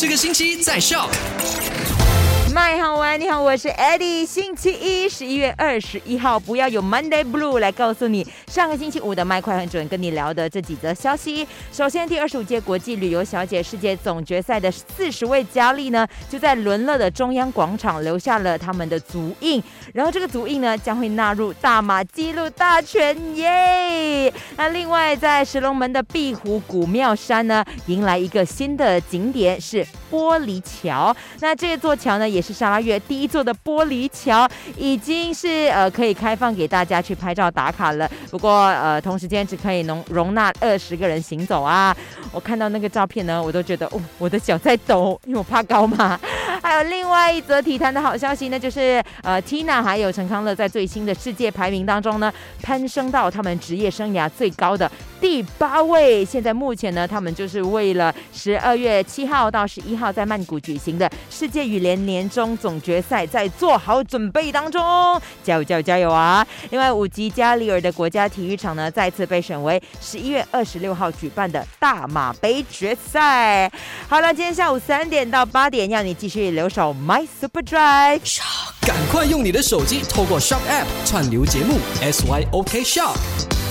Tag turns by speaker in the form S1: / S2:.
S1: 这个星期在 Shock。
S2: 麦好玩，你好，我是 Eddie。星期一，11月21号，不要有 Monday Blue 来告诉你上个星期五的麦快很准跟你聊的这几则消息。首先，第25届国际旅游小姐世界总决赛的40位佳丽呢，就在伦勒的中央广场留下了他们的足印，然后这个足印呢将会纳入大马纪录大全耶。那另外，在石龙门的碧湖古庙山呢，迎来一个新的景点是玻璃桥。那这座桥呢，也是沙拉越第一座的玻璃桥，已经是可以开放给大家去拍照打卡了。不过同时间只可以容纳20个人行走啊。我看到那个照片呢，我都觉得我的脚在抖，因为我怕高嘛。还有另外一则体坛的好消息呢，就是Tina 还有陈康乐在最新的世界排名当中呢，攀升到他们职业生涯最高的第8位。现在目前呢，他们就是为了12月7号到11号在曼谷举行的世界羽联年终总决赛在做好准备当中，加油加油加油啊！另外，五级加里尔的国家体育场呢，再次被选为11月26号举办的大马杯决赛。好了，今天下午3点到8点，要你继续留守 My Super Drive。
S1: 赶快用你的手机透过 Shock App 串流节目 SYOK Shock。